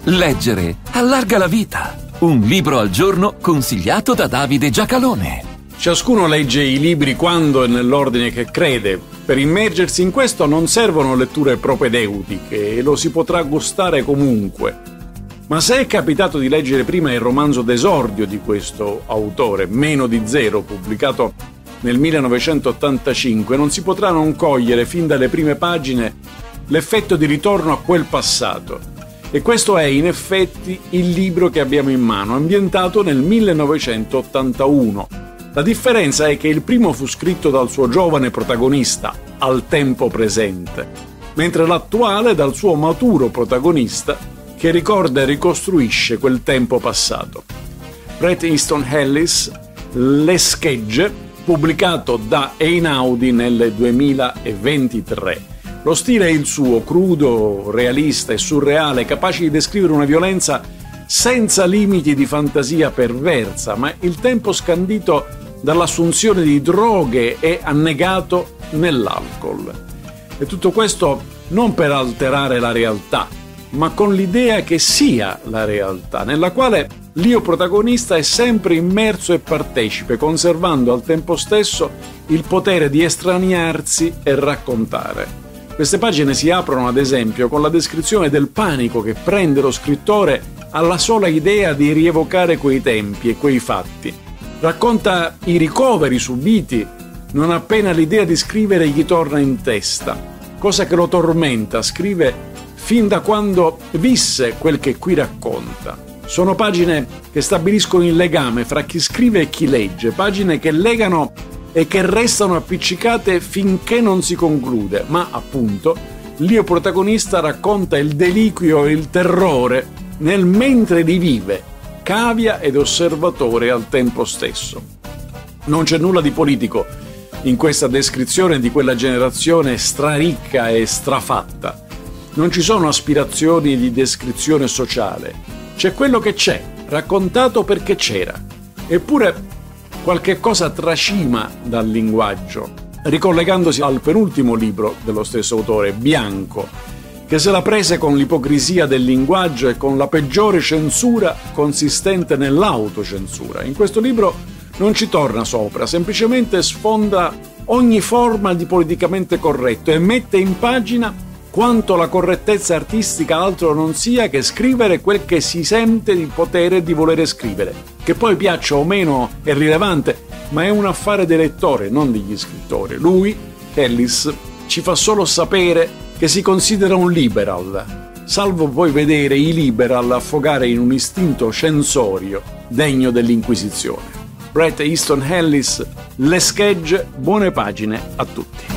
Leggere allarga la vita. Un libro al giorno consigliato da Davide Giacalone. Ciascuno legge i libri quando e nell'ordine che crede. Per immergersi in questo non servono letture propedeutiche e lo si potrà gustare comunque. Ma se è capitato di leggere prima il romanzo d'esordio di questo autore, Meno di Zero, pubblicato nel 1985, non si potrà non cogliere fin dalle prime pagine l'effetto di ritorno a quel passato. E questo è in effetti il libro che abbiamo in mano, ambientato nel 1981. La differenza è che il primo fu scritto dal suo giovane protagonista, al tempo presente, mentre l'attuale dal suo maturo protagonista, che ricorda e ricostruisce quel tempo passato. Bret Easton Ellis, Le schegge, pubblicato da Einaudi nel 2023. Lo stile è il suo, crudo, realista e surreale, capace di descrivere una violenza senza limiti di fantasia perversa, ma il tempo scandito dall'assunzione di droghe e annegato nell'alcol. E tutto questo non per alterare la realtà, ma con l'idea che sia la realtà, nella quale l'io protagonista è sempre immerso e partecipe, conservando al tempo stesso il potere di estraniarsi e raccontare. Queste pagine si aprono, ad esempio, con la descrizione del panico che prende lo scrittore alla sola idea di rievocare quei tempi e quei fatti. Racconta i ricoveri subiti non appena l'idea di scrivere gli torna in testa, cosa che lo tormenta, scrive fin da quando visse quel che qui racconta. Sono pagine che stabiliscono il legame fra chi scrive e chi legge, pagine che legano e che restano appiccicate finché non si conclude, ma appunto l'io protagonista racconta il deliquio e il terrore nel mentre li vive, cavia ed osservatore al tempo stesso. Non c'è nulla di politico in questa descrizione di quella generazione straricca e strafatta. Non ci sono aspirazioni di descrizione sociale. C'è quello che c'è, raccontato perché c'era. Eppure qualche cosa tracima dal linguaggio, ricollegandosi al penultimo libro dello stesso autore, Bianco, che se la prese con l'ipocrisia del linguaggio e con la peggiore censura consistente nell'autocensura. In questo libro non ci torna sopra, semplicemente sfonda ogni forma di politicamente corretto e mette in pagina quanto la correttezza artistica altro non sia che scrivere quel che si sente di potere e di volere scrivere. Che poi piaccia o meno è rilevante, ma è un affare del lettore, non degli scrittori. Lui, Ellis, ci fa solo sapere che si considera un liberal, salvo poi vedere i liberal affogare in un istinto censorio degno dell'Inquisizione. Bret Easton Ellis, Le schegge, buone pagine a tutti.